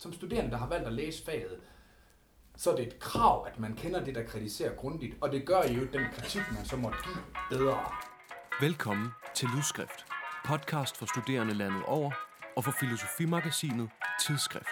som studerende, der har valgt at læse faget, så er det et krav, at man kender det, der kritiserer grundigt, og det gør jo den kritik, man så må give bedre. Velkommen til Lydskrift, podcast for studerende landet over og for filosofimagasinet Tidsskrift.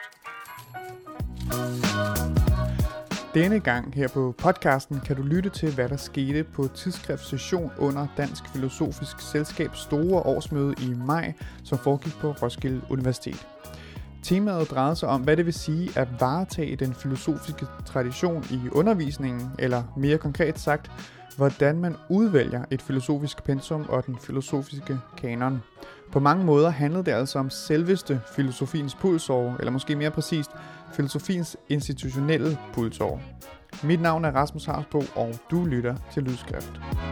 Denne gang her på podcasten kan du lytte til, hvad der skete på Tidsskrifts session under Dansk Filosofisk Selskabs store årsmøde i maj, som foregik på Roskilde Universitet. Temaet drejede sig om, hvad det vil sige at varetage den filosofiske tradition i undervisningen, eller mere konkret sagt, hvordan man udvælger et filosofisk pensum og den filosofiske kanon. På mange måder handlede det altså om selveste filosofiens pulsår, eller måske mere præcist, filosofiens institutionelle pulsår. Mit navn er Rasmus Harsbo, og du lytter til Lydskrift.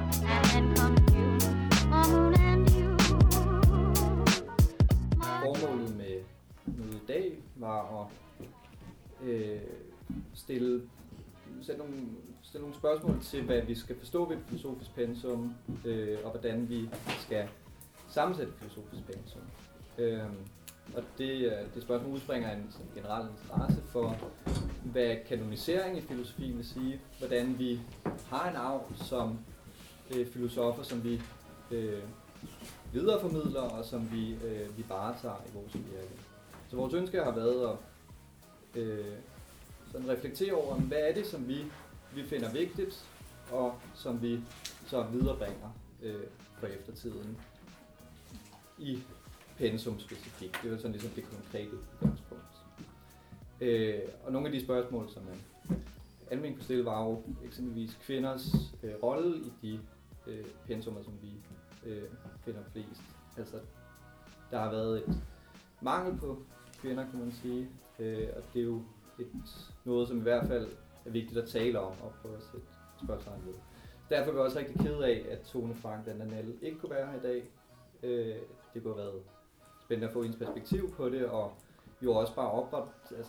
Formålet med mødet i dag var at stille nogle spørgsmål til, hvad vi skal forstå ved et filosofisk pensum, og hvordan vi skal sammensætte et filosofisk pensum. Og det spørgsmål udspringer af en generel interesse for, hvad kanonisering i filosofi vil sige, hvordan vi har en arv som filosofer, som vi videreformidler og som vi varetager i vores virke. Så vores ønske har været at sådan reflektere over, hvad er det, som vi finder vigtigt, og som vi så viderebringer for eftertiden i pensum specifikt. Det er jo sådan ligesom det konkrete udgangspunkt. Og nogle af de spørgsmål, som man almindeligt kunne stille, var jo eksempelvis kvinders rolle i de pensummer, som vi finder flest. Altså, der har været et mangel på kvinder, kan man sige, og det er jo noget, som i hvert fald er vigtigt at tale om og prøve at sætte spørgsmål ved. Derfor er vi også rigtig ked af, at Tone Frank Dandanel ikke kunne være her i dag. Det kunne have været spændende at få hendes perspektiv på det, og jo også bare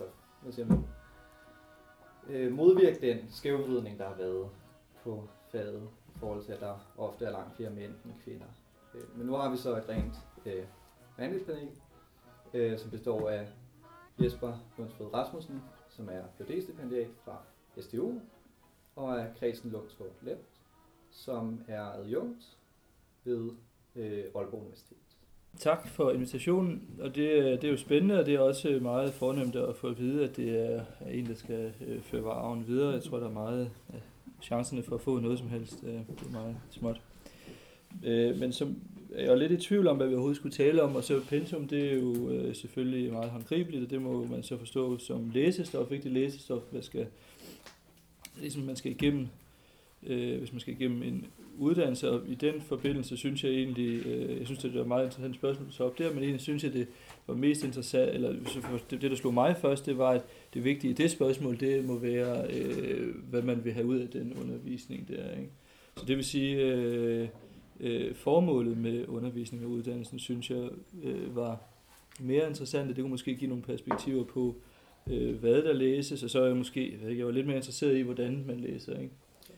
modvirke den skævvridning, der har været på faget, i forhold til, at der ofte er langt flere mænd end kvinder. Men nu har vi så et rent mandligt panel, som består af Jesper Lundsfred Rasmussen, som er Ph.D.-stipendiat fra SDU, og af Christen Lundsgaard Lemt, som er adjunkt ved Aalborg Universitet. Tak for invitationen, og det er jo spændende, og det er også meget fornemt at få at vide, at det er en, der skal føre arven videre. Jeg tror, der er meget chancerne for at få noget som helst. Det er meget småt. Men som jeg er lidt i tvivl om, hvad vi overhovedet skulle tale om, og så pensum, det er jo selvfølgelig meget håndgribeligt, og det må man så forstå som læsestof, vigtigt læsestof, man skal igennem, hvis man skal igennem en uddannelse, og i den forbindelse synes jeg egentlig, jeg synes det var meget interessant spørgsmål at tage op der, men egentlig synes jeg det var mest interessant, eller det der slog mig først, det var, at det vigtige i det spørgsmål, det må være, hvad man vil have ud af den undervisning der, ikke? Så det vil sige, formålet med undervisning og uddannelsen, synes jeg var mere interessant, og det kunne måske give nogle perspektiver på, hvad der læses, og så er jeg måske, jeg var lidt mere interesseret i, hvordan man læser, ikke?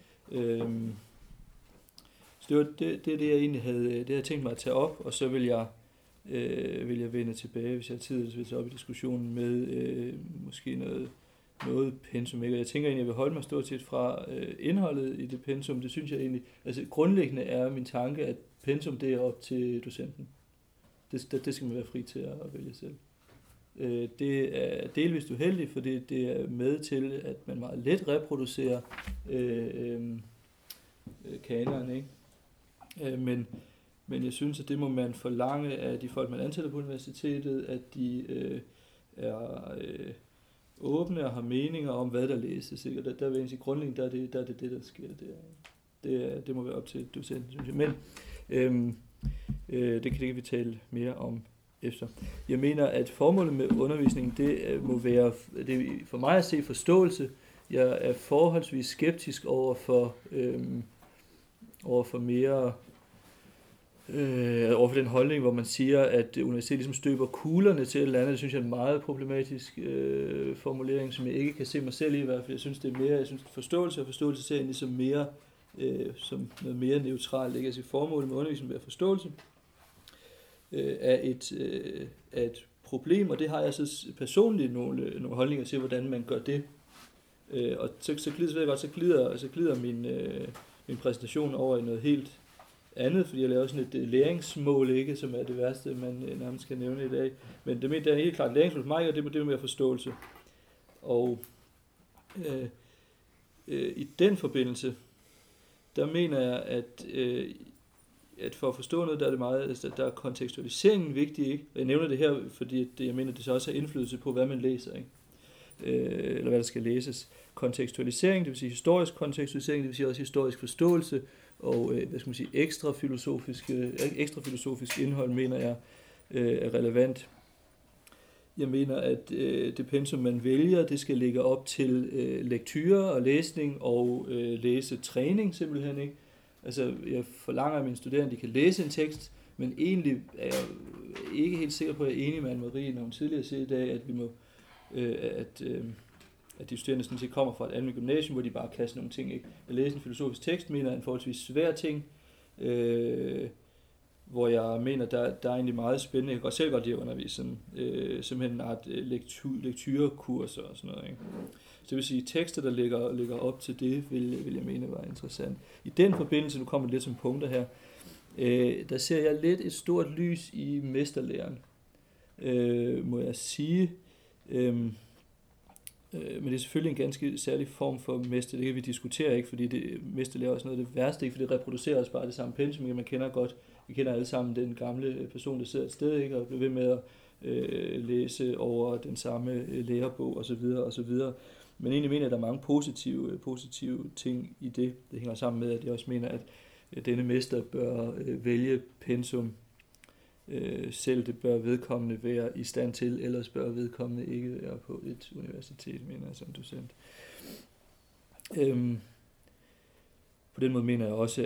Så det var det jeg egentlig havde tænkt mig at tage op, og så vil jeg vende tilbage, hvis jeg har tid til at tage op i diskussionen med måske noget pensum. Ikke? Og jeg tænker egentlig, at jeg vil holde mig stort set fra indholdet i det pensum. Det synes jeg egentlig, altså grundlæggende er min tanke, at pensum det er op til docenten. Det skal man være fri til at vælge selv. Det er delvist uheldigt, fordi det er med til, at man meget let reproducerer kanonen, ikke? Men jeg synes, at det må man forlange af de folk, man ansætter på universitetet, at de er åbne og har meninger om, hvad der læses. Ikke? Og der vil jeg sige, grundlæggende, der er det, der sker der. Det må være op til docenten, synes jeg. Men det kan vi tale mere om efter. Jeg mener, at formålet med undervisningen, det må være, det for mig at se forståelse. Jeg er forholdsvis skeptisk over for mere over for den holdning, hvor man siger, at universitetet ligesom støber kuglerne til et eller andet. Det synes jeg er en meget problematisk formulering, som jeg ikke kan se mig selv i hvert fald. Jeg synes, det er mere, jeg synes forståelse og forståelse ser egentlig som mere som noget mere neutralt. Ikke? Altså formålet med undervisningen er forståelse af et problem, og det har jeg så personligt nogle holdninger til, hvordan man gør det. Og så glider min præsentation over i noget helt andet, fordi jeg laver sådan et læringsmål, ikke, som er det værste, man nærmest kan nævne i dag. Men det er helt klart læringsmål for mig, og det er mere forståelse. Og i den forbindelse, der mener jeg, at for at forstå noget, der er det meget, altså, der er kontekstualiseringen vigtig, ikke? Og jeg nævner det her, fordi jeg mener, det så også har indflydelse på, hvad man læser, ikke? Eller hvad der skal læses. Kontekstualisering, det vil sige historisk kontekstualisering, det vil sige også historisk forståelse, og ekstra filosofisk indhold, mener jeg, er relevant. Jeg mener, at det pensum, man vælger, det skal ligge op til lektyre og læsning og læsetræning simpelthen, ikke? Altså, jeg forlanger af mine studerende, de kan læse en tekst, men egentlig er jeg ikke helt sikker på, at jeg er enig med Anne-Marie, når hun tidligere siger i dag, at vi må, at de studerende sådan set kommer fra et andet gymnasium, hvor de bare kaster nogle ting, ikke? At læse en filosofisk tekst, mener jeg en forholdsvis svær ting, hvor jeg mener, der er egentlig meget spændende. Jeg kan selv godt lide at undervise sådan, simpelthen en art lektyrekurser og sådan noget, ikke? Så det vil sige, tekster, der ligger op til det, vil jeg mene var interessant. I den forbindelse, nu kommer det lidt som punkter her, der ser jeg lidt et stort lys i mesterlæren, må jeg sige. Men det er selvfølgelig en ganske særlig form for mester. Det kan vi diskutere, ikke, fordi mesterlære er også noget af det værste, ikke, for det reproducerer også bare det samme pensum. Man kender godt, vi kender alle sammen den gamle person, der sidder et sted, ikke, og bliver ved med at læse over den samme lærebog osv. osv. Men egentlig mener jeg, at der er mange positive ting i det. Det hænger sammen med, at jeg også mener, at denne mester bør vælge pensum selv. Det bør vedkommende være i stand til, ellers bør vedkommende ikke være på et universitet, mener jeg som docent. På den måde mener jeg også,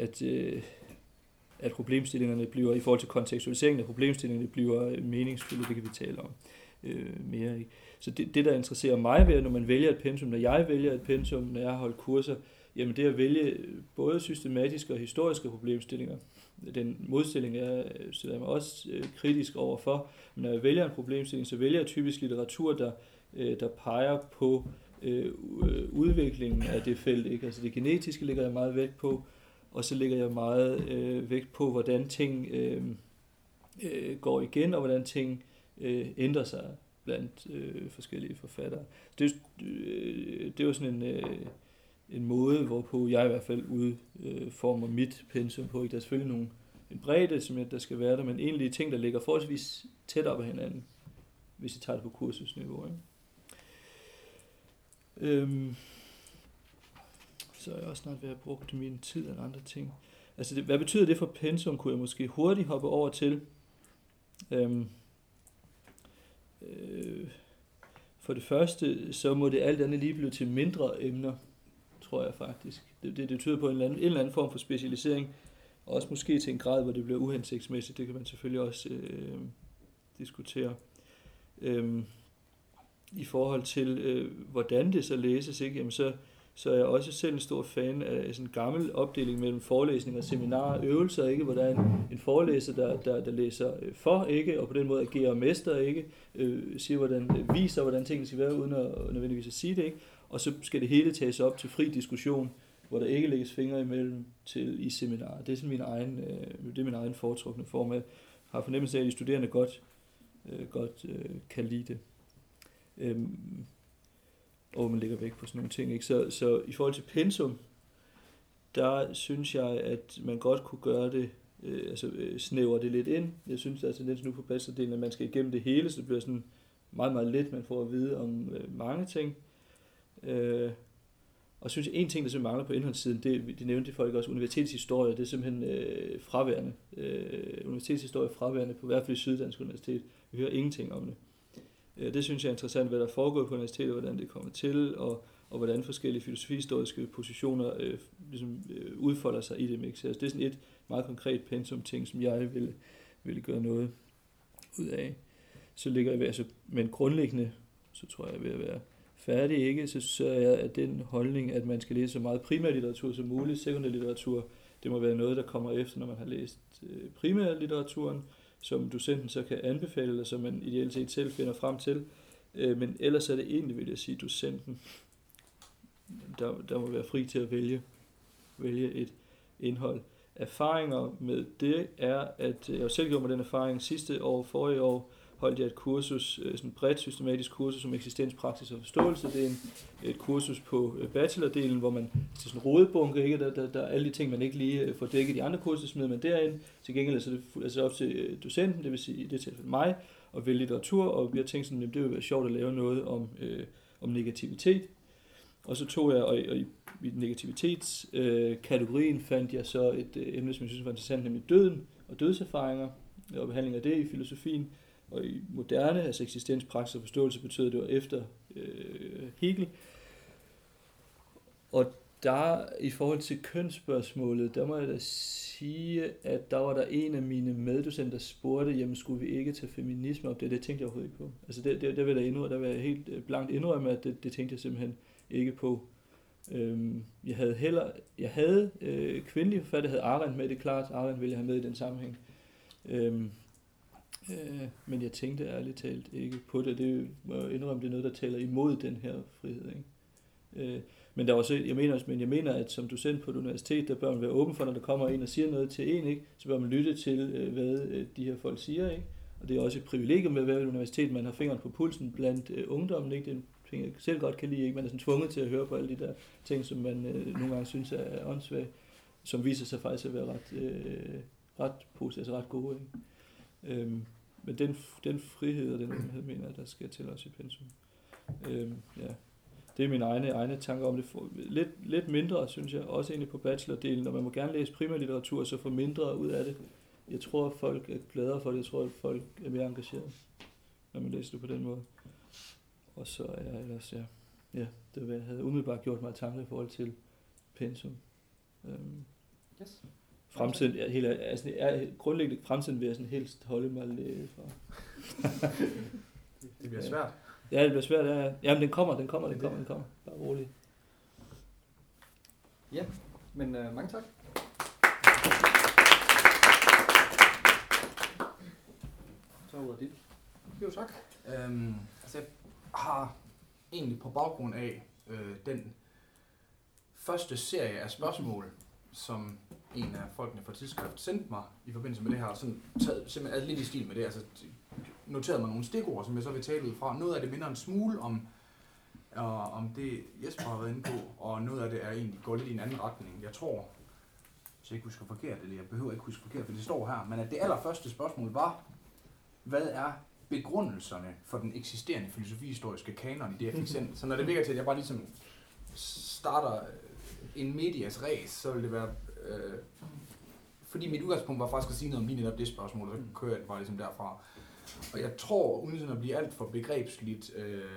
at problemstillingerne bliver, i forhold til kontekstualiseringen af problemstillingerne, bliver meningsfulde. Det kan vi tale om mere, ikke? Så det, der interesserer mig ved, når man vælger et pensum, når jeg vælger et pensum, når jeg har holdt kurser, jamen det er at vælge både systematiske og historiske problemstillinger. Den modstilling stiller jeg mig også kritisk overfor. Men når jeg vælger en problemstilling, så vælger jeg typisk litteratur, der peger på udviklingen af det felt, ikke? Altså det genetiske lægger jeg meget vægt på, og så lægger jeg meget vægt på, hvordan ting går igen, og hvordan ting ændrer sig blandt forskellige forfattere. Det er jo sådan en måde, hvorpå jeg i hvert fald udformer mit pensum på. Ikke? Der er selvfølgelig en bredde, som der skal være der, men egentlig ting, der ligger forholdsvis tæt op ad hinanden, hvis I tager det på kursusniveau. Ikke? Så er jeg også snart ved at have brugt min tid og andre ting. Altså, hvad betyder det for pensum, kunne jeg måske hurtigt hoppe over til. For det første, så må det alt andet lige blive til mindre emner, tror jeg faktisk. Det betyder på en eller anden form for specialisering, og også måske til en grad, hvor det bliver uhensigtsmæssigt. Det kan man selvfølgelig også diskutere. I forhold til, hvordan det så læses, ikke? Jamen så er jeg også selv en stor fan af sådan en gammel opdeling mellem forelæsning og seminarer og øvelser, ikke? Hvor der er en forelæser, der læser for, ikke? Og på den måde agerer mester, ikke? Viser, hvordan tingene skal være, uden at nødvendigvis at sige det, ikke? Og så skal det hele tages op til fri diskussion, hvor der ikke lægges fingre imellem i seminarer. Det er sådan min egen foretrukne form. Jeg har fornemmelse af, at de studerende godt kan lide det. Og man lægger væk på sådan nogle ting, ikke? Så i forhold til pensum, der synes jeg, at man godt kunne gøre det, snævre det lidt ind. Jeg synes, der er tendens nu på bachelordelen, at man skal igennem det hele, så det bliver sådan meget, meget lidt, man får at vide om mange ting. Og synes jeg, en ting, der simpelthen mangler på indholdssiden, de nævnte folk også, universitetshistorie, det er simpelthen fraværende. Universitetshistorie er fraværende på hvert fald i Syddansk Universitet. Vi hører ingenting om det. Det synes jeg er interessant, hvad der foregår på universitetet, hvordan det kommer til, og hvordan forskellige filosofihistoriske positioner udfolder sig i det mix. Altså, det er sådan et meget konkret pensum ting, som jeg ville gøre noget ud af. Så ligger jeg men grundlæggende, så tror jeg ved at være færdig, ikke? Så er jeg af den holdning, at man skal læse så meget primærlitteratur som muligt. Sekundærlitteratur, det må være noget, der kommer efter, når man har læst primærlitteraturen. som docenten så kan anbefale, eller som man ideelt set selv finder frem til. Men ellers er det egentlig, vil jeg sige, docenten, der må være fri til at vælge et indhold. Erfaringer med det er, at jeg selv gjorde mig den erfaring forrige år, holdt jeg et kursus, sådan et bredt systematisk kursus om eksistenspraksis og forståelse. Det er et kursus på bachelordelen, hvor man det er sådan en rodebunke, ikke? Der er alle de ting, man ikke lige får dækket i andre kurser, smider man derind. Til gengæld så er det altså op til docenten, det vil sige i det tilfælde mig, at vælge litteratur, og vi har tænkt sådan, at det vil være sjovt at lave noget om negativitet. Og så tog jeg, og i negativitetskategorien fandt jeg så et emne, som jeg synes var interessant, nemlig døden og dødserfaringer, og behandling af det i filosofien. Og i moderne, altså eksistenspraksis og forståelse, betyder det var efter Hegel. Og der, i forhold til kønsspørgsmålet, der må jeg da sige, at der var der en af mine meddocenter, der spurgte, jamen skulle vi ikke tage feminisme op? Det tænkte jeg overhovedet ikke på. Altså der vil jeg helt blankt indrømme, at det tænkte jeg simpelthen ikke på. Jeg havde kvindelige forfatter, jeg havde Arendt med, det er klart, Arendt ville jeg have med i den sammenhæng. Men jeg tænkte ærligt talt ikke på det. Det må jeg indrømme, det er noget, der taler imod den her frihed. Ikke? Men der var så, jeg mener, at som docent på et universitet, der bør man være åben for, når der kommer en og siger noget til en, ikke? Så bør man lytte til, hvad de her folk siger. Ikke? Og det er også et privilegium med at være ved et universitet, man har fingeren på pulsen blandt ungdommen. Ikke? Det er en ting, jeg selv godt kan lide. Ikke? Man er sådan tvunget til at høre på alle de der ting, som man nogle gange synes er åndssvage, som viser sig faktisk at være ret positive, altså ret gode. Ikke? Men den frihed og den åbenhed, mener jeg, der skal til os i pensum. Ja. Det er mine egne tanker om det. Lidt mindre, synes jeg, også egentlig på bachelordelen, og man må gerne læse primærlitteratur, så få mindre ud af det. Jeg tror, at folk er gladere for det. Jeg tror, at folk er mere engageret, når man læser det på den måde. Og så er jeg ellers, det var, jeg havde umiddelbart gjort mig tanker i forhold til pensum. Yes. Fremtiden, grundlæggende fremtiden vil jeg sådan helst holde mig lidt fra. Det bliver svært. Ja, det bliver svært. Ja. Jamen, den kommer. Bare roligt. Ja, men mange tak. Så ud af dit. Jo, tak. Altså, jeg har egentlig på baggrund af den første serie af spørgsmål, som en af folkene fra Tidsskrift sendte mig i forbindelse med det her, sådan taget simpelthen lidt i stil med det, altså noteret mig nogle stikord, som jeg så vil tale ud fra. Noget af det minder en smule om det Jesper har været inde på, og noget af det er egentlig går lidt i en anden retning. Jeg tror, hvis jeg ikke husker forkert, eller jeg behøver ikke huske forkert, for det står her, men at det allerførste spørgsmål var, hvad er begrundelserne for den eksisterende filosofihistoriske kanon i det, jeg fik sendt? Så når det virker til, at jeg bare ligesom starter en medias res, så vil det være... fordi mit udgangspunkt var faktisk at sige noget om lige netop det spørgsmål, og så kører jeg det bare ligesom derfra. Og jeg tror, uden at blive alt for begrebsligt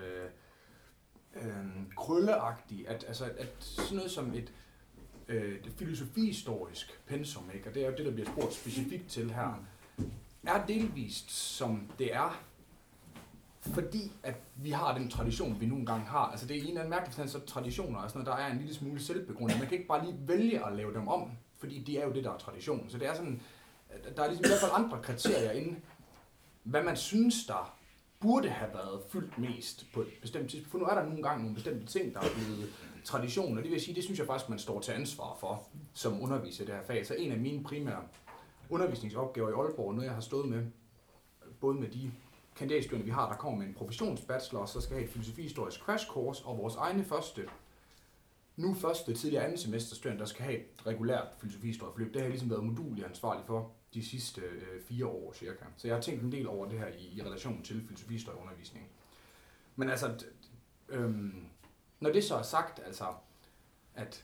krølleagtigt, at sådan noget som et filosofihistorisk pensum, ikke? Og det er jo det, der bliver spurgt specifikt til her, er delvist som det er, fordi at vi har den tradition, vi nogle gange har. Altså det er en eller anden mærkelig forstand, så traditioner og sådan noget, der er en lille smule selvbegrundet. Man kan ikke bare lige vælge at lave dem om, fordi de er jo det, der er tradition. Så det er sådan, der er ligesom i hvert fald andre kriterier inden, hvad man synes, der burde have været fyldt mest på et bestemt tidspunkt. For nu er der nogle gange nogle bestemte ting, der er blevet tradition, og det vil sige, det synes jeg faktisk, man står til ansvar for som underviser i det her fag. Så en af mine primære undervisningsopgaver i Aalborg, noget jeg har stået med, både med de kandidatstuderende, vi har, der kommer med en professionsbachelor, så skal have et filosofihistorisk crash course, og vores egne første tidligere anden semesterstuderende, der skal have et regulært filosofihistorieforløb. Det har jeg ligesom været modulig ansvarlig for de sidste 4 år cirka. Så jeg har tænkt en del over det her i relation til filosofihistorieundervisning. Men altså, når det så er sagt, altså, at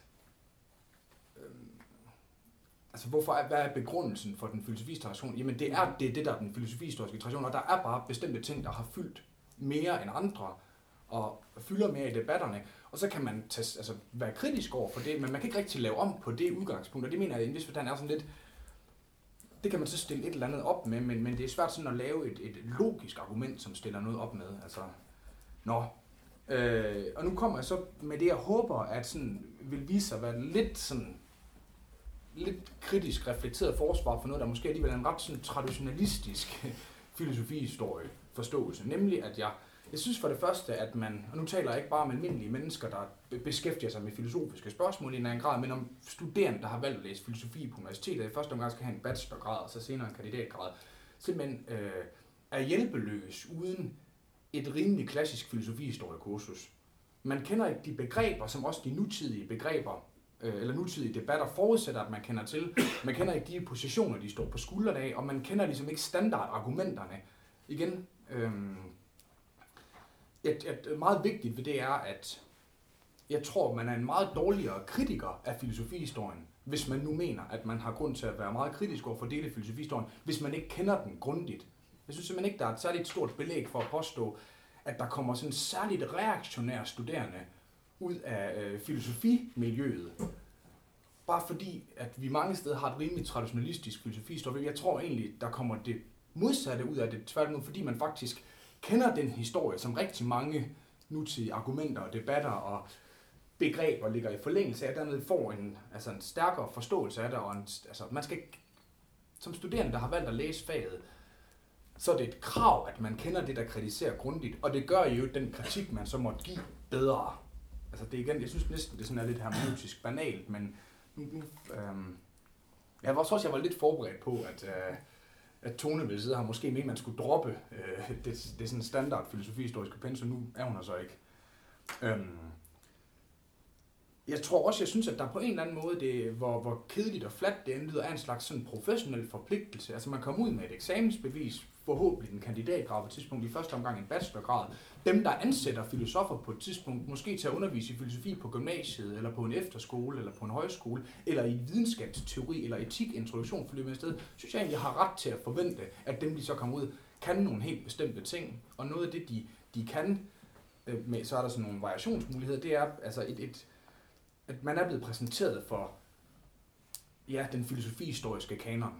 altså, hvad er begrundelsen for den filosofiske tradition? Jamen, det er det, der er den filosofihistoriske tradition, og der er bare bestemte ting, der har fyldt mere end andre, og fylder mere i debatterne. Og så kan man være kritisk over for det, men man kan ikke rigtig lave om på det udgangspunkt, og det mener jeg, at en vis forstand er sådan lidt, det kan man så stille et eller andet op med, men det er svært sådan at lave et logisk argument, som stiller noget op med. Altså, og nu kommer jeg så med det, jeg håber, at sådan vil vise sig at være lidt sådan lidt kritisk reflekteret forsvar for noget, der måske alligevel er en ret sådan traditionalistisk filosofihistorie forståelse. Nemlig, at jeg synes for det første, at man, og nu taler jeg ikke bare om almindelige mennesker, der beskæftiger sig med filosofiske spørgsmål i en anden grad, men om studerende, der har valgt at læse filosofi på universitetet, i første omgang skal have en bachelorgrad, og så senere en kandidatgrad, simpelthen er hjælpeløs uden et rimelig klassisk filosofihistoriekursus. Man kender ikke de begreber, som også de nutidige begreber, eller nutidige debatter forudsætter, at man kender til. Man kender ikke de positioner, de står på skuldrene af, og man kender ligesom ikke standardargumenterne. Igen, et meget vigtigt ved det er, at jeg tror, man er en meget dårligere kritiker af filosofihistorien, hvis man nu mener, at man har grund til at være meget kritisk over for dele af filosofihistorien, hvis man ikke kender den grundigt. Jeg synes simpelthen ikke, der er et særligt stort belæg for at påstå, at der kommer sådan særligt reaktionære studerende ud af filosofimiljøet. Bare fordi, at vi mange steder har et rimelig traditionalistisk filosofihistorie. Jeg tror egentlig, der kommer det modsatte ud af det, tværtimod, fordi man faktisk kender den historie, som rigtig mange nutidige argumenter og debatter og begreber ligger i forlængelse af, dermed får en stærkere forståelse af det. Og man skal, som studerende, der har valgt at læse faget, så er det et krav, at man kender det, der kritiserer grundigt, og det gør jo den kritik, man så måtte give bedre. Altså det igen, jeg synes næsten, det sådan er lidt hermeneutisk banalt, men jeg var også lidt forberedt på, at Tone ville sidde her, måske mente, man skulle droppe det sådan standard filosofihistoriske pensum, nu er hun her så ikke. Jeg tror også, jeg synes, at der på en eller anden måde, det, hvor kedeligt og fladt det endte, er en slags sådan professionel forpligtelse. Altså man kommer ud med et eksamensbevis, forhåbentlig en kandidatgrad på et tidspunkt, i første omgang en bachelorgrad. Dem, der ansætter filosofer på et tidspunkt, måske til at undervise i filosofi på gymnasiet, eller på en efterskole, eller på en højskole, eller i videnskabsteori, eller etik-introduktion for universitetet, synes jeg egentlig, har ret til at forvente, at dem, de så kommer ud, kan nogle helt bestemte ting. Og noget af det, de kan, med, så er der sådan nogle variationsmuligheder, det er altså at man er blevet præsenteret for den filosofihistoriske kanon.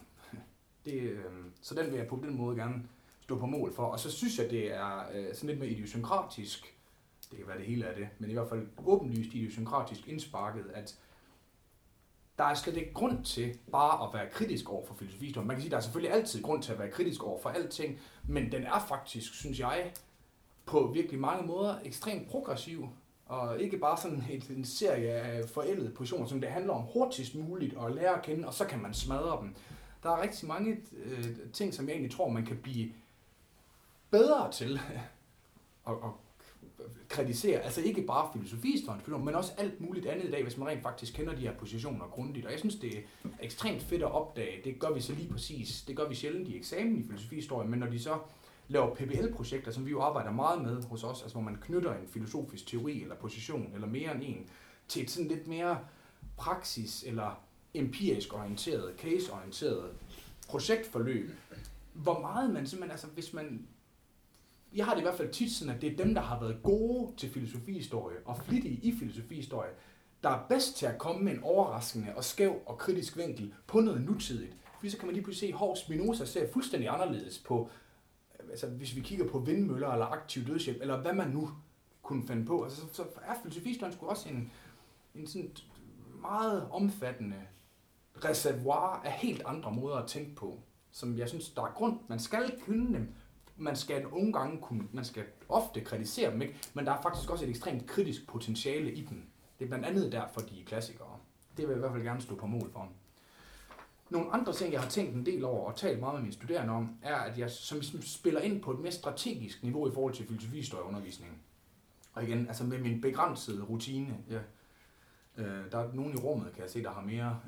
Så den vil jeg på den måde gerne stå på mål for. Og så synes jeg, det er sådan lidt mere idiosynkratisk, det kan være det hele af det, men i hvert fald åbenlyst idiosynkratisk indsparket, at der er slet ikke grund til bare at være kritisk over for filosofihistorien. Man kan sige, at der er selvfølgelig altid grund til at være kritisk over for alting, men den er faktisk, synes jeg, på virkelig mange måder ekstremt progressiv. Og ikke bare sådan en serie af forældede positioner, som det handler om hurtigst muligt at lære at kende, og så kan man smadre dem. Der er rigtig mange ting, som jeg egentlig tror, man kan blive bedre til at kritisere. Altså ikke bare filosofihistorien, men også alt muligt andet i dag, hvis man rent faktisk kender de her positioner grundigt. Og jeg synes, det er ekstremt fedt at opdage. Det gør vi så lige præcis. Det gør vi sjældent i eksamen i filosofihistorie, men når de så laver PBL-projekter, som vi jo arbejder meget med hos os, altså hvor man knytter en filosofisk teori eller position, eller mere end en, til et sådan lidt mere praksis- eller empirisk orienteret, case-orienteret projektforløb, hvor meget man simpelthen, altså hvis man, jeg har det i hvert fald tit sådan, at det er dem, der har været gode til filosofihistorie og flittige i filosofihistorie, der er bedst til at komme med en overraskende og skæv og kritisk vinkel på noget nutidigt. Fordi så kan man lige pludselig se, at Spinoza ser fuldstændig anderledes på, altså hvis vi kigger på vindmøller eller aktiv dødshjælp, eller hvad man nu kunne finde på, altså, så er filosofihistorien sgu også en sådan meget omfattende reservoir af helt andre måder at tænke på, som jeg synes, der er grund. Man skal kunne dem, man skal nogle gange kunne, man skal ofte kritisere dem, ikke? Men der er faktisk også et ekstremt kritisk potentiale i dem. Det er blandt andet derfor, de er klassikere. Det vil jeg i hvert fald gerne stå på mål for. Nogle andre ting, jeg har tænkt en del over og talt meget med mine studerende om, er, at jeg som spiller ind på et mere strategisk niveau i forhold til filosofihistorieundervisningen. Og igen, altså med min begrænsede rutine. Ja. Der er nogen i rummet, kan jeg se, der har mere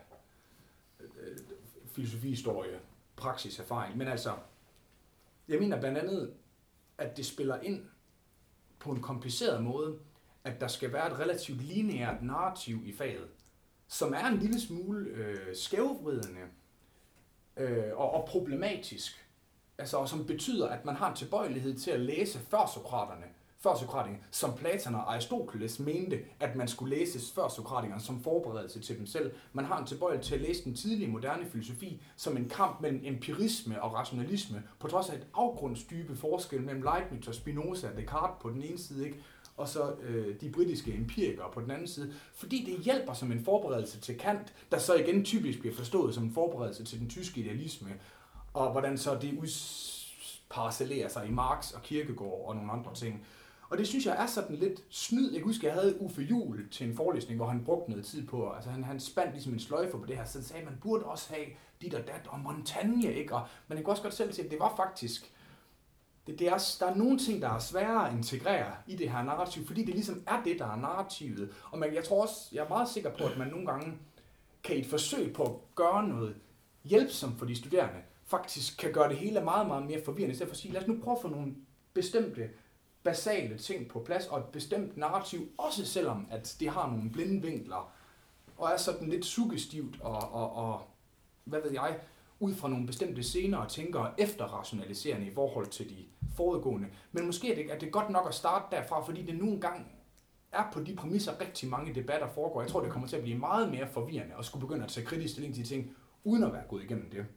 filosofihistorie, praksiserfaring. Men altså, jeg mener blandt andet, at det spiller ind på en kompliceret måde, at der skal være et relativt lineært narrativ i faget, som er en lille smule skævvridende og problematisk, altså, og som betyder, at man har en tilbøjelighed til at læse før Sokraterne, før sokratikerne, som Platon og Aristoteles mente, at man skulle læse før sokratikerne som forberedelse til dem selv. Man har en tilbøjelighed til at læse den tidlige moderne filosofi som en kamp mellem empirisme og rationalisme, på trods af et afgrundsdybe forskel mellem Leibniz og Spinoza og Descartes på den ene side, ikke? Og så de britiske empirikere på den anden side, fordi det hjælper som en forberedelse til Kant, der så igen typisk bliver forstået som en forberedelse til den tyske idealisme, og hvordan så det udparcellerer sig i Marx og Kierkegaard og nogle andre ting. Og det synes jeg er sådan lidt snyd. Jeg kan huske, jeg havde Uffe Juhl til en forelæsning, hvor han brugte noget tid på, altså han spandt ligesom en sløjfe på det her, så sagde, man burde også have dit og dat og Montaigne, ikke? Men jeg kan også godt selv sige, at det var faktisk, der er nogle ting, der er svære at integrere i det her narrativ, fordi det ligesom er det, der er narrativet. Og jeg tror også, jeg er meget sikker på, at man nogle gange kan i et forsøg på at gøre noget hjælpsomt for de studerende, faktisk kan gøre det hele meget, meget mere forvirrende, i stedet for at sige, lad os nu prøve at få nogle bestemte basale ting på plads, og et bestemt narrativ, også selvom at det har nogle blinde vinkler, og er sådan lidt suggestivt og hvad ved jeg, ud fra nogle bestemte scener og tænker efterrationaliserende i forhold til de foregående. Men måske er det godt nok at starte derfra, fordi det nogle gange er på de præmisser rigtig mange debatter foregår. Jeg tror, det kommer til at blive meget mere forvirrende at skulle begynde at tage kritisk stilling til ting, uden at være gået igennem det.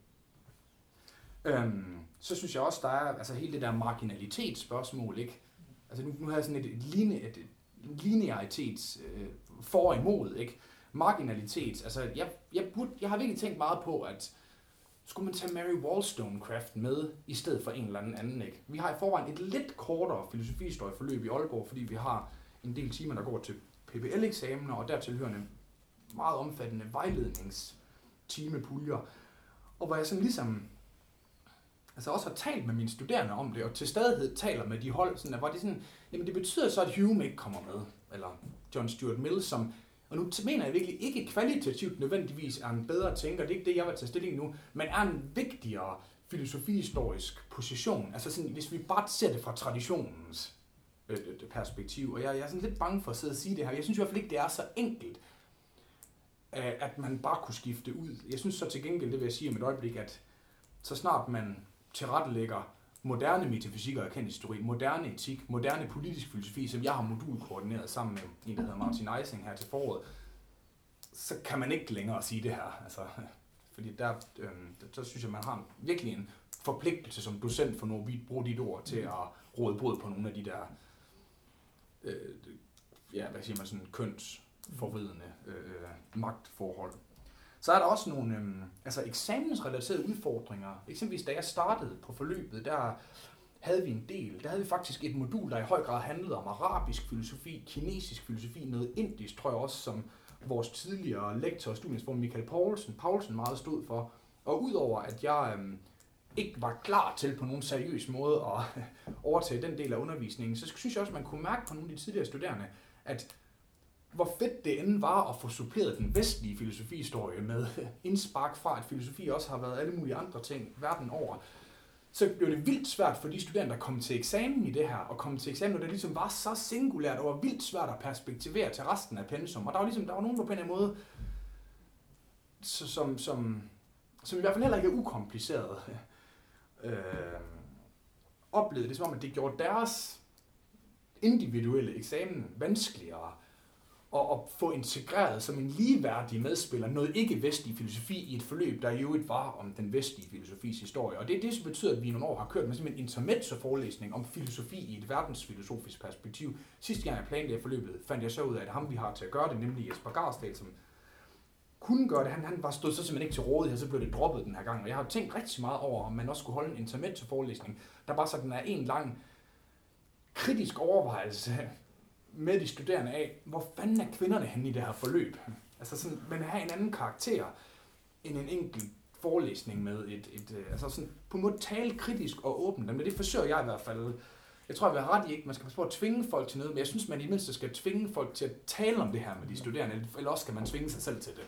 Så synes jeg også, der er altså hele det der marginalitetsspørgsmål, ikke? Altså nu har jeg sådan et linearitets for og imod, ikke? Marginalitet, altså jeg har virkelig tænkt meget på, at skulle man tage Mary Wollstonecraft med i stedet for en eller anden, ikke? Vi har i forvejen et lidt kortere filosofihistorieforløb i Aalborg, fordi vi har en del timer, der går til PBL-eksamener, og dertilhørende meget omfattende vejledningstimepuljer, og hvor jeg sådan ligesom altså også har talt med mine studerende om det, og til stadighed taler med de hold, sådan, hvor det sådan, jamen det betyder så, at Hume ikke kommer med, eller John Stuart Mill, som, og nu mener jeg virkelig ikke kvalitativt nødvendigvis er en bedre tænker, det er ikke det, jeg vil tage stilling nu, men er en vigtigere filosofihistorisk position, altså sådan, hvis vi bare ser det fra traditionens perspektiv, og jeg er sådan lidt bange for at sidde og sige det her, jeg synes i hvert fald ikke, det er så enkelt, at man bare kunne skifte ud. Jeg synes så til gengæld, det vil jeg sige om et øjeblik, at så snart man tilrettelægger moderne metafysik og erkendelseshistorik, moderne etik, moderne politisk filosofi, som jeg har modulkoordineret sammen med en, der hedder Martin Eising her til foråret, så kan man ikke længere sige det her. Altså, fordi der synes jeg, man har virkelig en forpligtelse som docent for noget, vi bruger dit ord til at råde bod på nogle af de der, hvad siger man, sådan kønsforvridende magtforhold. Så er der også nogle eksamensrelaterede udfordringer. Eksempelvis da jeg startede på forløbet, der havde vi en del. Der havde vi faktisk et modul, der i høj grad handlede om arabisk filosofi, kinesisk filosofi, noget indisk, tror jeg også, som vores tidligere lektor og studiensform Michael Paulsen meget stod for. Og udover at jeg ikke var klar til på nogen seriøs måde at overtage den del af undervisningen, så synes jeg også, at man kunne mærke på nogle af de tidligere studerende, at hvor fedt det end var at få suppleret den vestlige filosofihistorie med indspark fra, at filosofi også har været alle mulige andre ting verden over, så blev det vildt svært for de studerende, der kom til eksamen i det her, og kom til eksamen, og det ligesom var så singulært, og var vildt svært at perspektivere til resten af pensum. Og der var nogen på en eller anden måde, som i hvert fald heller ikke er ukompliceret, oplevede det som om, at det gjorde deres individuelle eksamen vanskeligere, og få integreret som en ligeværdig medspiller noget ikke-vestlig filosofi i et forløb, der i øvrigt var om den vestlige filosofis historie. Og det er det, som betyder, at vi i nogle år har kørt med simpelthen en intermezzo-forelæsning om filosofi i et verdensfilosofisk perspektiv. Sidste gang jeg planlagde forløbet, fandt jeg så ud af, at ham vi har til at gøre det, nemlig Jesper Garsdal, som kunne gøre det. Han var stod så simpelthen ikke til rådighed, så blev det droppet den her gang. Og jeg har tænkt rigtig meget over, om man også skulle holde en intermezzo-forelæsning, der bare sådan er en lang kritisk overvejelse med de studerende af, hvor fanden er kvinderne henne i det her forløb? Altså sådan, man har en anden karakter end en enkelt forelæsning med altså sådan på en måde tale kritisk og åbent, men det forsøger jeg i hvert fald. Jeg tror, jeg vil have ret i, ikke man skal passe på at tvinge folk til noget, men jeg synes, man i mindste skal tvinge folk til at tale om det her med de studerende, eller også skal man tvinge sig selv til det.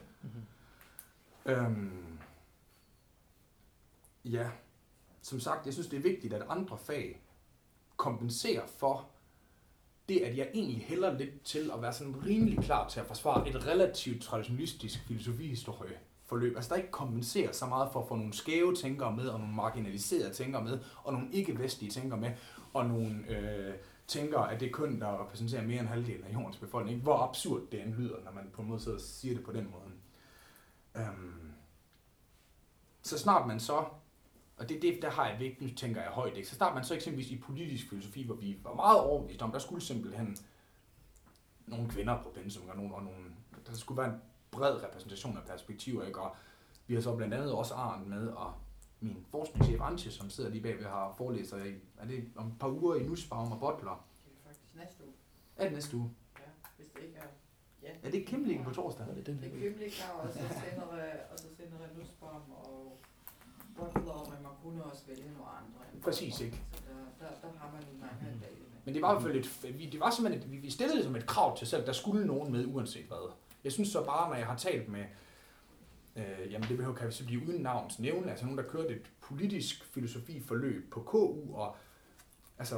Ja, som sagt, jeg synes, det er vigtigt, at andre fag kompenserer for det, at jeg egentlig hælder lidt til at være sådan rimelig klar til at forsvare et relativt traditionalistisk filosofihistorie-forløb. Altså der ikke kompenserer så meget for at få nogle skæve tænkere med, og nogle marginaliserede tænkere med, og nogle ikke-vestlige tænkere med, og nogle tænker, at det er køn, der repræsenterer mere end halvdelen af jordens befolkning. Hvor absurd det end lyder, når man på en måde sidder og siger det på den måde. Så snart man så, og det der har jeg virkelig, nu tænker jeg højt, ikke? Så snart man så eksempelvis i politisk filosofi, hvor vi var meget overbevist om, der skulle simpelthen nogle kvinder på pensum, og der skulle være en bred repræsentation af perspektiver, ikke? Og vi har så blandt andet også Arndt med, og min forskningschef Antje, som sidder lige bagved, har forelæser i, er det om et par uger i Nussbaum og Butler? Det er faktisk næste uge. Er det næste uge? Ja, hvis det ikke er... Ja. Er det ikke Kimling på torsdag? Det er Kimling, og så sender Nussbaum og Butler, men man kunne også vælge nogle andre. Præcis, ikke? Så der har man mange af dage. Men det var i hvert fald det var simpelthen vi stillede det som et krav til selv, der skulle nogen med, uanset hvad. Jeg synes så bare, når jeg har talt med, jamen det behøver kan så blive uden navns nævne, altså nogen, der kørte et politisk filosofiforløb på KU, og altså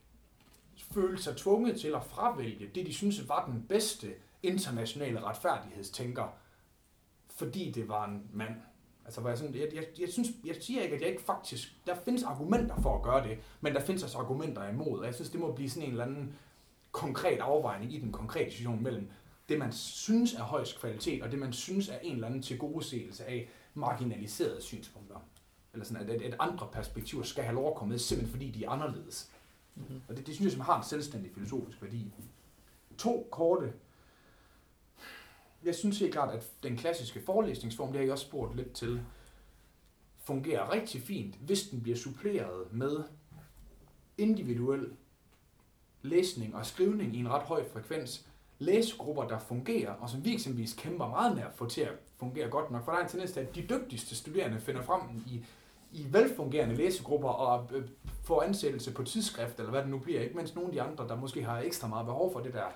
følte sig tvunget til at fravælge det, de synes var den bedste internationale retfærdighedstænker, fordi det var en mand. Altså, jeg siger ikke, at jeg ikke faktisk... Der findes argumenter for at gøre det, men der findes også argumenter imod, og jeg synes, det må blive sådan en eller anden konkret afvejning i den konkrete situation mellem det, man synes er højst kvalitet, og det, man synes er en eller anden tilgodeseelse af marginaliserede synspunkter. Eller sådan, at andre perspektiver skal have lov at komme med, simpelthen fordi de er anderledes. Mm-hmm. Og det synes jeg, som har en selvstændig filosofisk værdi. 2 korte. Jeg synes helt klart, at den klassiske forelæsningsform, det har jeg også spurgt lidt til, fungerer rigtig fint, hvis den bliver suppleret med individuel læsning og skrivning i en ret høj frekvens. Læsegrupper, der fungerer, og som vi eksempelvis kæmper meget med at få til at fungere godt nok. For der er en tendens til, at de dygtigste studerende finder frem i velfungerende læsegrupper og får ansættelse på tidsskrift, eller hvad det nu bliver, ikke? Mens nogle af de andre, der måske har ekstra meget behov for det der,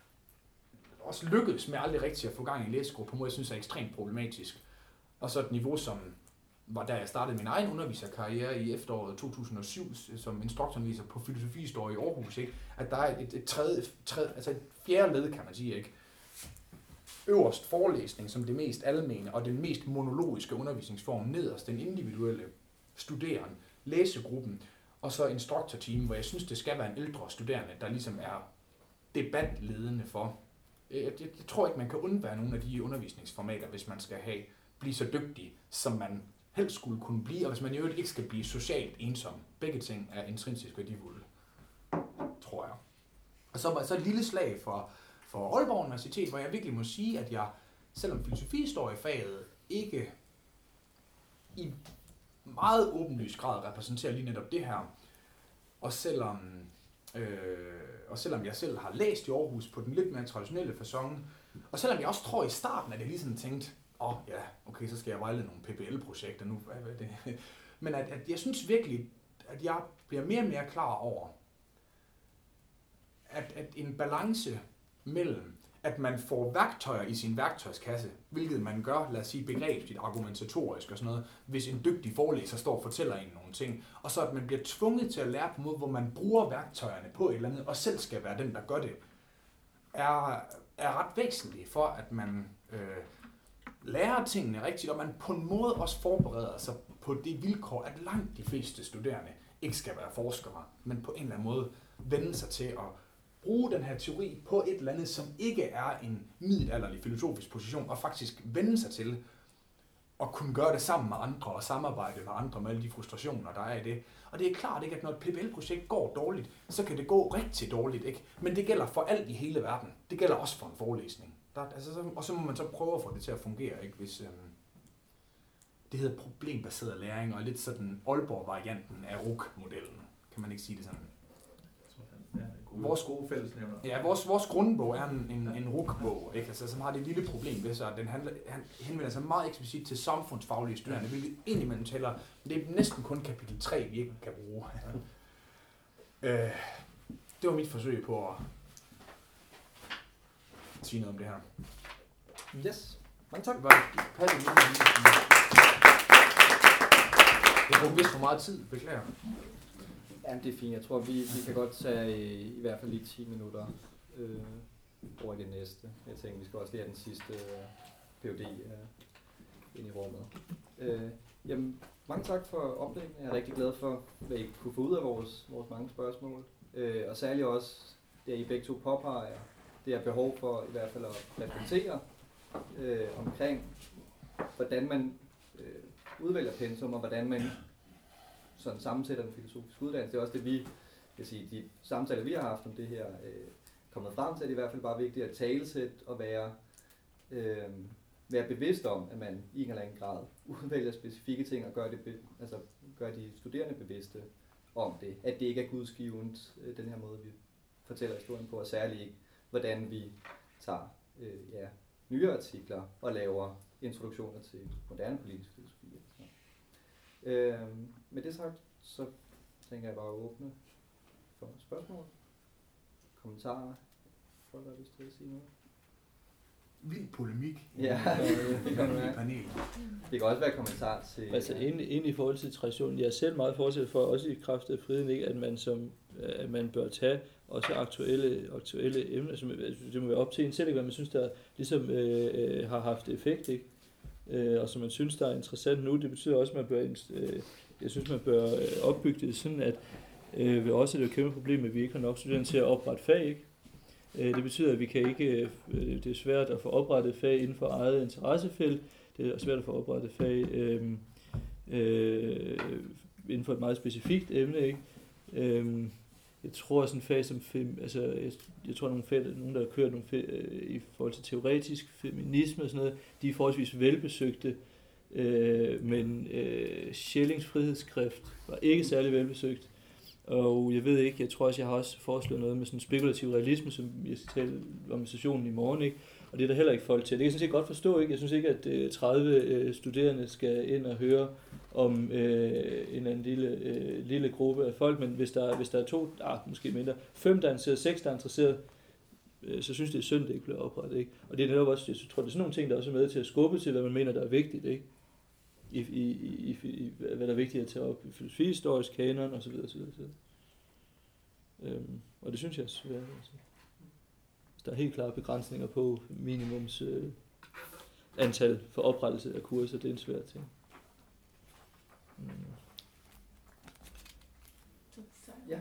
også lykkedes med aldrig rigtig at få gang i en læsegruppe, på måde, jeg synes er ekstremt problematisk. Og så et niveau, som var da jeg startede min egen underviserkarriere i efteråret 2007, som instruktorunderviser på filosofihistorie i Aarhus, ikke? At der er et fjerde led, kan man sige, ikke? Øverst forelæsning som det mest almene og den mest monologiske undervisningsform, nederst den individuelle studerende, læsegruppen, og så instruktorteam, hvor jeg synes, det skal være en ældre studerende, der ligesom er debatledende for. Jeg tror ikke, man kan undvære nogle af de undervisningsformater, hvis man skal blive så dygtig, som man helst skulle kunne blive, og hvis man i øvrigt ikke skal blive socialt ensom. Begge ting er intrinsisk værdifulde, tror jeg. Og så et lille slag for Aalborg Universitet, hvor jeg virkelig må sige, at jeg, selvom filosofihistoriefaget ikke i meget åbenlyst grad repræsenterer lige netop det her, og selvom jeg selv har læst i Aarhus på den lidt mere traditionelle facon, og selvom jeg også tror i starten, at jeg lige sådan tænkte, ja, okay, så skal jeg vejlede nogle PBL-projekter nu, hvad er det? Men at jeg synes virkelig, at jeg bliver mere og mere klar over, at en balance mellem, at man får værktøjer i sin værktøjskasse, hvilket man gør, lad os sige, begrebsligt, argumentatorisk og sådan noget, hvis en dygtig forelæser står og fortæller en nogle ting, og så at man bliver tvunget til at lære på en måde, hvor man bruger værktøjerne på et eller andet, og selv skal være den, der gør det, er ret væsentligt for, at man lærer tingene rigtigt, og man på en måde også forbereder sig på det vilkår, at langt de fleste studerende ikke skal være forskere, men på en eller anden måde vende sig til at bruge den her teori på et eller andet, som ikke er en middelalderlig filosofisk position, og faktisk vende sig til at kunne gøre det sammen med andre, og samarbejde med andre med alle de frustrationer, der er i det. Og det er klart ikke, at når et PBL-projekt går dårligt, så kan det gå rigtig dårligt, ikke? Men det gælder for alt i hele verden. Det gælder også for en forelæsning. Og så må man så prøve at få det til at fungere, ikke? Hvis det hedder problembaseret læring, og lidt sådan Aalborg-varianten af RUC-modellen. Kan man ikke sige det sådan? Vores gode fællesnævner. Ja, vores grundbog er en RUC-bog, ikke? Altså, som har det lille problem ved sig, at den henvender sig meget eksplicit til samfundsfaglige studerende, hvilket indimellem tæller, det er næsten kun kapitel 3, vi ikke kan bruge. Det var mit forsøg på at sige noget om det her. Yes, mange tak. Jeg brugte vist for meget tid, beklager. Ja, det er fint. Jeg tror, vi kan godt tage i hvert fald lige 10 minutter over i det næste. Jeg tænker, vi skal også lige have den sidste PhD ind i rummet. Jamen, mange tak for oplæggene. Jeg er rigtig glad for, hvad I kunne få ud af vores mange spørgsmål. Og særligt også, det I begge to påpeger, det er behov for i hvert fald at reflektere omkring, hvordan man udvælger pensum, og hvordan man sådan sammensætter den filosofiske uddannelse. Det er også det, vi kan sige, de samtaler, vi har haft om det her, kommet frem til, at det er i hvert fald bare vigtigt at talesætte og være bevidst om, at man i en eller anden grad udvælger specifikke ting og gør de studerende bevidste om det. At det ikke er gudsgivent, den her måde, vi fortæller historien på, og særligt ikke, hvordan vi tager nye artikler og laver introduktioner til moderne politisk filosofi. Med det sagt, så tænker jeg bare at åbne for spørgsmål, kommentarer. Folk har lyst til at sige noget. Vild polemik Ja. i panelet. Det kan også være kommentar til... Altså egentlig i forhold til traditionen, jeg er selv meget fortsat for, også i kraft af friheden, ikke, at man bør tage også aktuelle emner, som det må være op til en selv, ikke, hvad man synes, der ligesom har haft effekt, ikke? Og som man synes, der er interessant nu. Det betyder også, at man bør opbygge det sådan, at vi også er det et kæmpe problem, at vi ikke har nok studerende til at oprette fag, ikke? Det betyder, at vi kan ikke, det er svært at få oprettet fag inden for eget interessefelt. Det er svært at få oprettet fag inden for et meget specifikt emne, ikke? Jeg tror sådan fag som jeg tror nogen der har kørt nogle fag, i forhold til teoretisk feminisme og sådan noget, de er forholdsvis velbesøgte, men Schellings frihedsskrift var ikke særlig velbesøgt. Og jeg ved ikke, jeg tror også, jeg har også foreslået noget med sådan spekulativ realisme, som jeg skal tale om sessionen i morgen, ikke? Og det er der heller ikke folk til. Det kan jeg sådan set godt forstå, ikke? Jeg synes ikke, at 30 studerende skal ind og høre om en eller anden lille gruppe af folk, men hvis der er 2, måske mindre, 5 der er interesseret, 6 der er interesseret, så synes det er synd, det ikke bliver oprettet, ikke? Og det er netop også, jeg tror, det er sådan nogle ting, der også er med til at skubbe til, hvad man mener, der er vigtigt, ikke? I hvad der er vigtigt at tage op i filosofi, historisk kanon og så videre, så videre. Og det synes jeg er svært. Altså. Der er helt klare begrænsninger på minimums antal for oprettelse af kurser. Det er en svær ting. Ja.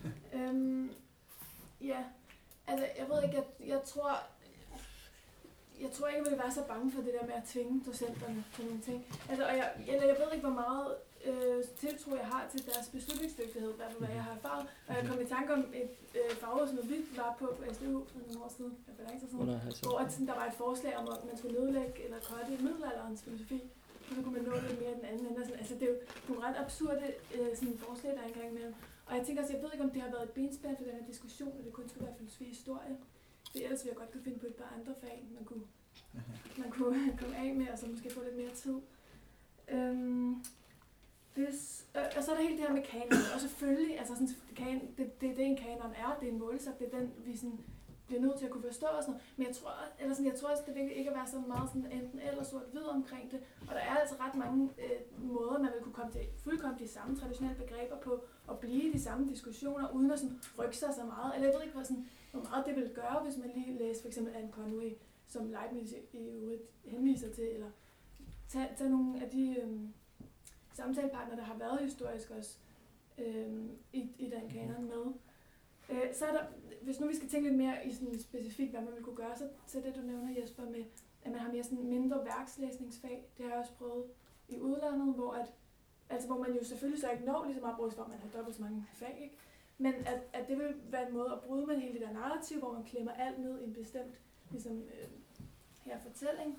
Ja, altså jeg ved ikke, jeg tror ikke, jeg vil være så bange for det der med at tvinge docenterne til nogle ting. Altså, og jeg ved ikke, hvor meget tiltro jeg har til deres beslutningsdygtighed, i hvert fald hvad jeg har erfaret. Og jeg kom i tanke om et fagråd, som vi var på SDU for nogle år siden, hvor der var et forslag om, at man skulle nedlægge eller cutte middelalderens filosofi, og så kunne man nå lidt mere den anden ende. Altså det er jo nogle ret absurde sådan forslag, der er engang imellem. Og jeg tænker også, jeg ved ikke, om det har været et benspænd for den her diskussion, at det kun skulle være filosofi og historie. Det ellers ville jeg godt kunne finde på et par andre fag, man kunne komme af med, og så måske få lidt mere tid. Og så er der helt det her med kanon, og selvfølgelig, altså sådan, det en kanon er, det er en målesat, det er den, vi sådan bliver nødt til at kunne forstå og sådan noget. Men jeg tror også, det er ikke at være så meget sådan enten eller sort-hvid omkring det, og der er altså ret mange måder, man vil kunne komme til fuldkommen de samme traditionelle begreber på, og blive i de samme diskussioner, uden at sådan rykke sig så meget. Eller jeg ved ikke, hvor meget det vil gøre, hvis man lige læser for eksempel Anne Conway, som Leibniz i øvrigt henviser til, eller tage nogle af de samtalepartnere, der har været historisk også i den kanon med. Så er der, hvis nu vi skal tænke lidt mere i sådan specifikt, hvad man vil kunne gøre, så det du nævner, Jesper, med at man har mere sådan mindre værkslæsningsfag, det har jeg også prøvet i udlandet, hvor man jo selvfølgelig så ikke når lige så meget brugt, for man har dobbelt så mange fag, ikke? Men at det vil være en måde at bryde med hele det der narrativ, hvor man klemmer alt ned i en bestemt ligesom, fortælling.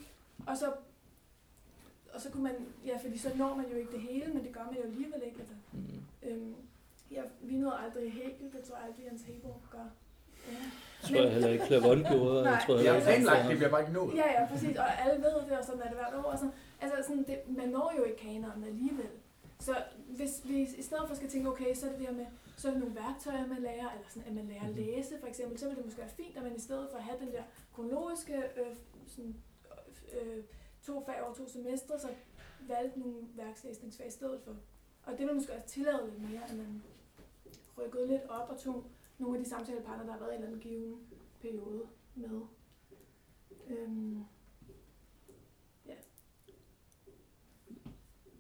Og så kunne man, fordi så når man jo ikke det hele, men det gør man jo alligevel ikke. Altså. Vi nåede aldrig Hegel, det tror jeg aldrig Jens Hegel gør. Jeg tror heller ikke Clavon gjorde. Jeg har planlagt, det bliver bare ikke nået. Ja, præcis, og alle ved det, og sådan er det hvert år. Og sådan. Altså, sådan, man når jo ikke kanonen alligevel. Så hvis vi i stedet for skal tænke, okay, så er det det her med, så er det nogle værktøjer, man lærer, eller sådan, at man lærer at læse, for eksempel, så vil det måske være fint, at man i stedet for at have den der kronologiske 2 fag over 2 semestre, så valgte nogle værkslæsningsfag i stedet for. Og det vil måske også tillade lidt mere, at man rykkede lidt op og tog nogle af de samtalepartnere, der har været i en eller anden given periode med.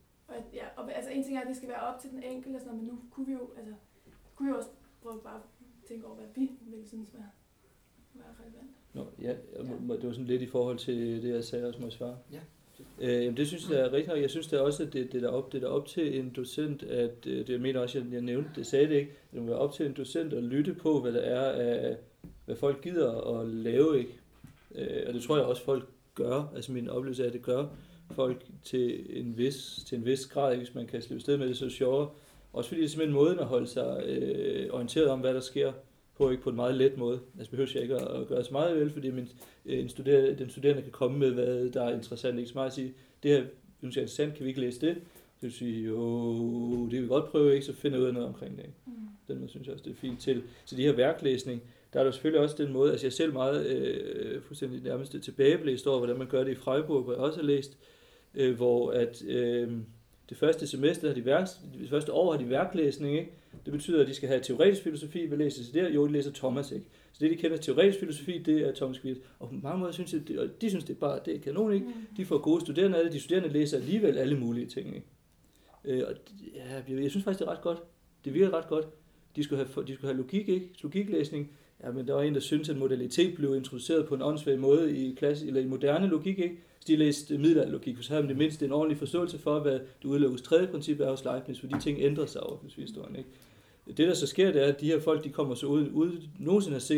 Og altså en ting er, at det skal være op til den enkelte, men nu kunne vi jo også prøve bare tænke over, hvad vi ville synes være relevant. Nå, ja, det var sådan lidt i forhold til det, jeg sagde også, må jeg svare. Ja. Jamen, det synes jeg er rigtigt nok. Jeg synes det er også, at det er op til en docent, at det jeg mener også, jeg nævnte, det sagde det ikke, det må være op til en docent at lytte på, hvad der er af, hvad folk gider at lave, ikke? Og det tror jeg også, folk gør. Altså min oplevelse er, at det gør folk til en vis grad, ikke? Hvis man kan slippe sted med det, så sjovere. Også fordi det er simpelthen måden at holde sig orienteret om, hvad der sker på, ikke på en meget let måde. Altså behøver jeg ikke at gøre så meget vel, fordi den studerende kan komme med, hvad der er interessant. Ikke så meget at sige, det her synes jeg er interessant, kan vi ikke læse det? Så vil sige, jo, det vil vi godt prøve, ikke? Så finder jeg ud af noget omkring det. Ikke? Den måde synes jeg også, det er fint til de her værklæsning. Der er der selvfølgelig også den måde, altså jeg selv meget fuldstændig nærmest tilbageblæst over, hvordan man gør det i Freiburg, hvor jeg også har læst, hvor at det første semester, det første år har de værklæsning, ikke? Det betyder, at de skal have teoretisk filosofi. Hvad læser de der? Jo, de læser Thomas, ikke? Så det, de kender teoretisk filosofi, det er Thomas Quitt. Og på mange måder synes jeg, og de synes, det er kanon, ikke? De får gode studerende af det. De studerende læser alligevel alle mulige ting, ikke? Og jeg synes faktisk, det er ret godt. Det virker ret godt. De skulle have logik, ikke? Logiklæsning. Ja, men der var en, der syntes, at modalitet blev introduceret på en åndssvag måde i moderne logik, ikke? Så de læste middelalderlogik, for så havde man det mindste en ordentlig forståelse for, hvad det udelukkes tredje princip er hos Leibniz, for de ting ændrer sig over historien, ikke? Det, der så sker, det er, at de her folk, de kommer så ud nogensinde har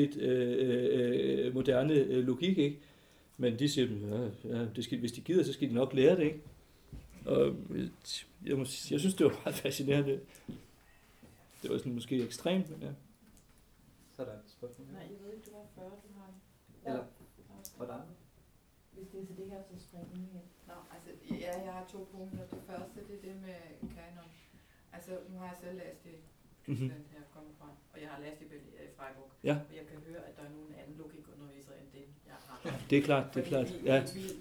set moderne logik, ikke? Men de siger, det skal, hvis de gider, så skal de nok lære det, ikke? Og jeg synes, det var meget fascinerende. Det var sådan måske ekstremt, men ja. Så er der et spørgsmål. Nej, jeg ved ikke, du var 40, du har. Eller, hvordan? Hvis det er til det her, så springer vi ind. Nå, altså, ja, jeg har 2 punkter. Det første, det er det med kanon. Altså, nu har jeg selv læst det i Tyskland, her kommer fra, og jeg har læst det i Freiburg. Ja. Og jeg kan høre, at der er nogen anden logikunderviser end den, jeg har. Det er klart, det er klart. Ja.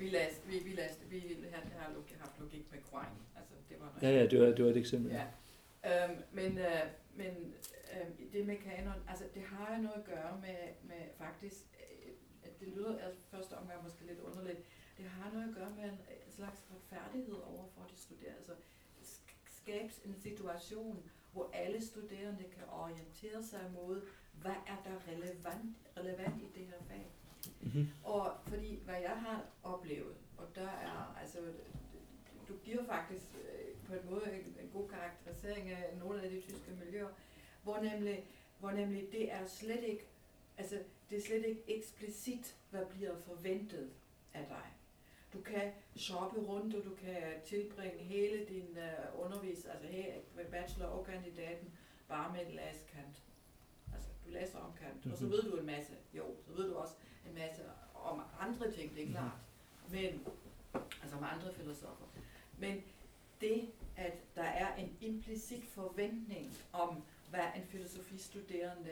Vi har haft logik med Quine. Altså, det var noget. Ja, det var et eksempel. Ja. Men det med kanon, altså det har jo noget at gøre med faktisk, det lyder altså første omgang måske lidt underligt, det har noget at gøre med en slags retfærdighed overfor de studerende, altså skabes en situation, hvor alle studerende kan orientere sig mod, hvad er der relevant i det her fag. Og fordi, hvad jeg har oplevet, og der er, altså, du giver faktisk på en måde en god karakterisering af nogle af de tyske miljøer, hvor nemlig det er slet ikke, altså det er slet ikke eksplicit, hvad bliver forventet af dig. Du kan shoppe rundt, og du kan tilbringe hele din undervisning, altså bachelor og kandidaten, bare med en læsekant. Altså, du læser om Kant, og så ved du en masse, så ved du også en masse om andre ting, det er klart, men, altså om andre filosofer. Men det, at der er en implicit forventning om, hvad en filosofistuderende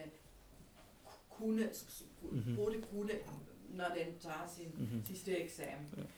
burde kunne, når den tager sin sidste eksamen.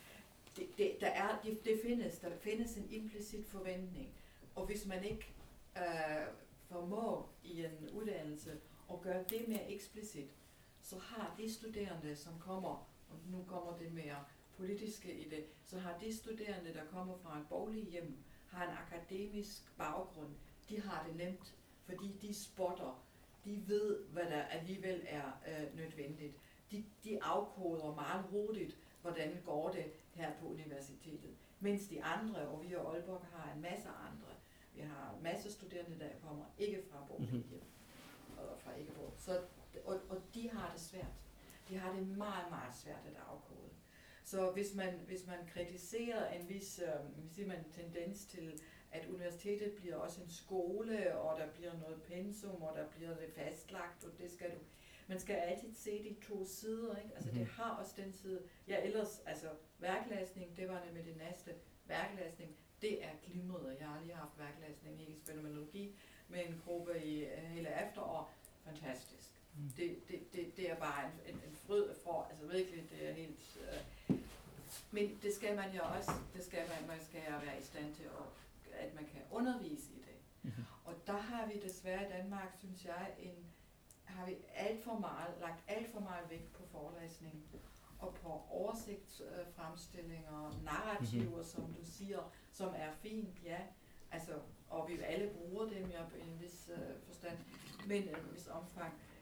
Der findes en implicit forventning, og hvis man ikke formår i en uddannelse at gøre det mere eksplicit, så har de studerende, som kommer, og nu kommer det mere politiske i det, så har de studerende, der kommer fra et borgerligt hjem, har en akademisk baggrund, de har det nemt, fordi de spotter, de ved, hvad der alligevel er nødvendigt. De afkoder meget hurtigt, hvordan går det her på universitetet. Mens de andre, og vi og Aalborg har en masse andre, vi har en masse studerende, der kommer ikke fra borgerligt hjem, og fra ikke-borg. Så, og de har det svært. De har det meget, meget svært at afkode. Så hvis man kritiserer en vis tendens til, at universitetet bliver også en skole, og der bliver noget pensum, og der bliver det fastlagt, og det skal du. Man skal altid se de 2 sider, ikke? Altså det har også den side. Ja, ellers, altså værklæsning, det var nemlig det næste. Værklæsning, det er glimret. Jeg har lige haft værklæsning i fænomenologi med en gruppe i hele efterår. Fantastisk. Det er bare en fryd for, altså virkelig, det er helt... men det skal man jo også, man skal være i stand til, at man kan undervise i det. Og der har vi desværre i Danmark, synes jeg, har vi lagt alt for meget vægt på forelæsning og på oversigtsfremstillinger, narrativer, som du siger, som er fint, ja, altså, og vi alle bruger dem jo i en vis forstand, men i en vis omfang.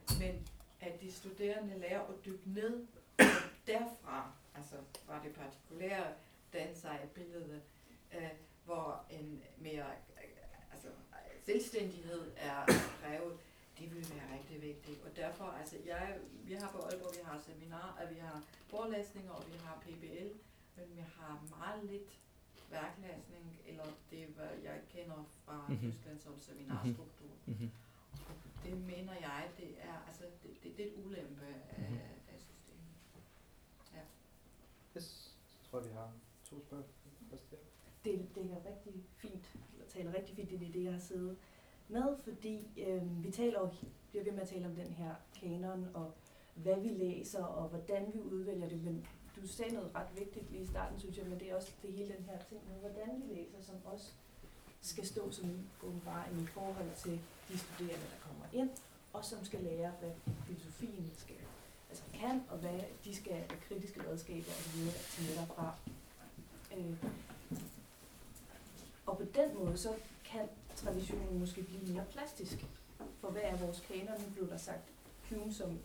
men at de studerende lærer at dykke ned derfra, altså fra det partikulære danserbillede, hvor en mere selvstændighed er krævet, det vil være rigtig vigtigt. Og derfor, vi har på Aalborg, vi har seminarer, vi har forelæsninger, og vi har PBL, men vi har meget lidt værklæsning, eller det, hvad jeg kender fra Tyskland som seminarstruktur. Det mener jeg, det er et ulempe af systemet. Ja. Yes. Jeg tror, vi har 2 spørgsmål. Det er rigtig fint, eller taler rigtig fint ind i det, jeg har siddet med, fordi vi bliver ved med at tale om den her kanon, og hvad vi læser, og hvordan vi udvælger det, men du sagde noget ret vigtigt lige i starten, synes jeg, men det er også det hele den her ting med, hvordan vi læser, som også skal stå som en åbenbaring i forhold til de studerende, der kommer ind, og som skal lære, hvad filosofien kan, og hvad de skal have kritiske redskaber og så videre til derfra. Og på den måde, så kan traditionen måske blive mere plastisk. For hvad er vores kanon? Nu blev der sagt Hume som,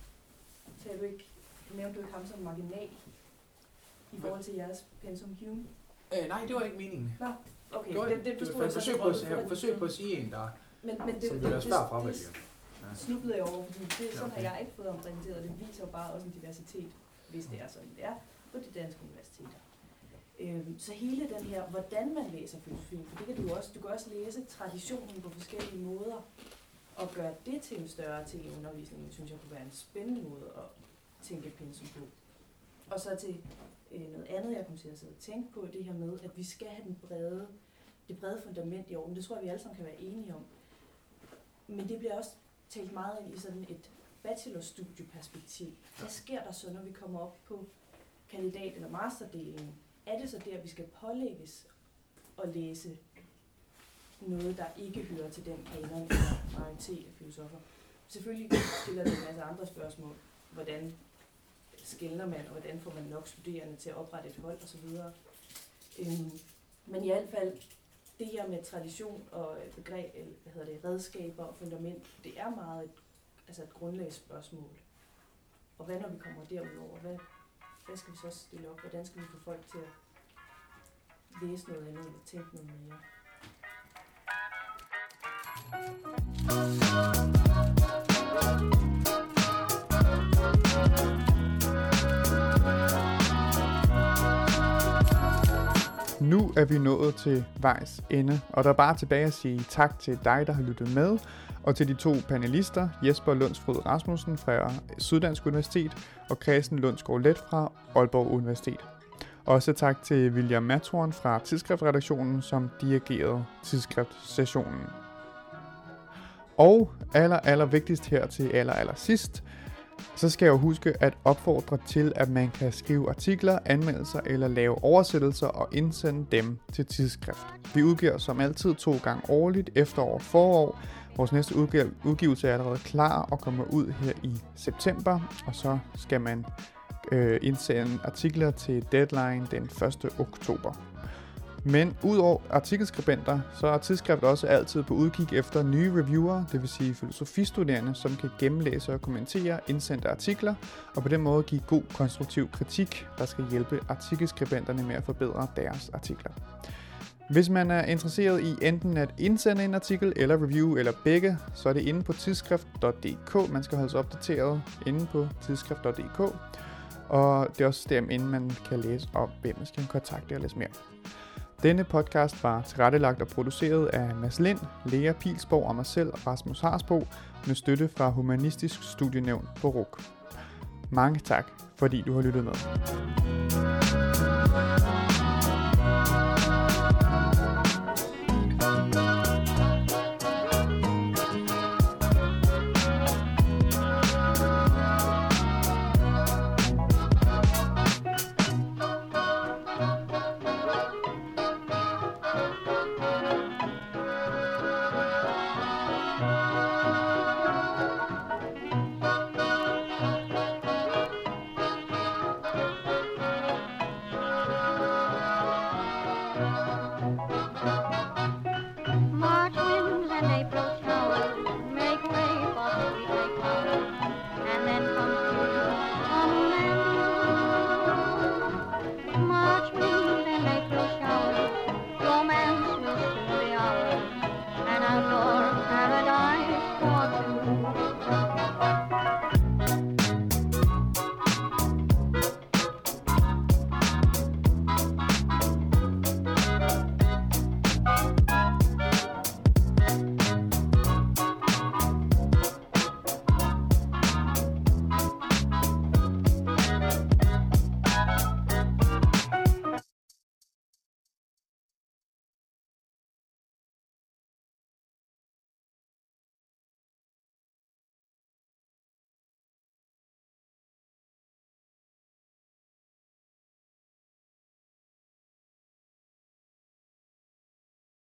nævnte du ikke ham som marginal i forhold til jeres pensum Hume? Nej, det var ikke meningen. Nå, okay. Det var et forsøg på at sige en, der som vil være svært at fravælge. Snublede jeg over, fordi sådan har jeg ikke fået om præsenteret. Det viser jo bare også en diversitet, hvis det er sådan, det er på de danske universiteter. Så hele den her, hvordan man læser filosofien, for det kan du også. Du kan også læse traditionen på forskellige måder, og gøre det til en større ting i undervisningen, synes jeg kunne være en spændende måde at tænke pensum på. Og så til noget andet, jeg kom til at sidde og tænke på, det her med, at vi skal have det brede fundament i orden. Det tror jeg, vi alle sammen kan være enige om. Men det bliver også talt meget ind i sådan et bachelorstudieperspektiv. Hvad sker der så, når vi kommer op på kandidat- eller masterdelen? Er det så der, vi skal pålægges at læse noget, der ikke hører til den kanon eller majoritet af filosofer? Selvfølgelig stiller det en masse andre spørgsmål. Hvordan skelner man, og hvordan får man nok studerende til at oprette et hold osv. Men i hvert fald, det her med tradition og begreb, redskaber og fundament, det er meget et grundlagsspørgsmål. Og hvad når vi kommer derudover? Hvad skal vi så stille op? Hvordan skal vi få folk til at læse noget andet eller tænke noget mere? Nu er vi nået til vejs ende, og der er bare tilbage at sige tak til dig, der har lyttet med, og til de 2 panelister, Jesper Lundsfryd Rasmussen fra Syddansk Universitet og Christen Lundsgaard Let fra Aalborg Universitet. Også tak til William Mathorn fra Tidsskriftredaktionen, som dirigerede tidsskriftsessionen. Og aller vigtigst her til aller sidst, så skal jeg jo huske at opfordre til, at man kan skrive artikler, anmeldelser eller lave oversættelser og indsende dem til Tidsskrift. Vi udgiver som altid 2 gange årligt, efterår og forår. Vores næste udgivelse er allerede klar og kommer ud her i september, og så skal man indsende artikler til deadline den 1. oktober. Men udover artikelskribenter, så er Tidsskrift også altid på udkig efter nye reviewer, det vil sige filosofistuderende, som kan gennemlæse og kommentere indsendte artikler, og på den måde give god konstruktiv kritik, der skal hjælpe artikelskribenterne med at forbedre deres artikler. Hvis man er interesseret i enten at indsende en artikel eller review eller begge, så er det inde på tidsskrift.dk. Man skal holde sig opdateret inde på tidsskrift.dk, og det er også derinde, man kan læse om, hvem man skal kontakte og læse mere. Denne podcast var tilrettelagt og produceret af Mads Lind, Lea Pilsborg og mig selv, Rasmus Harsbo, med støtte fra Humanistisk Studienævn på RUC. Mange tak, fordi du har lyttet med.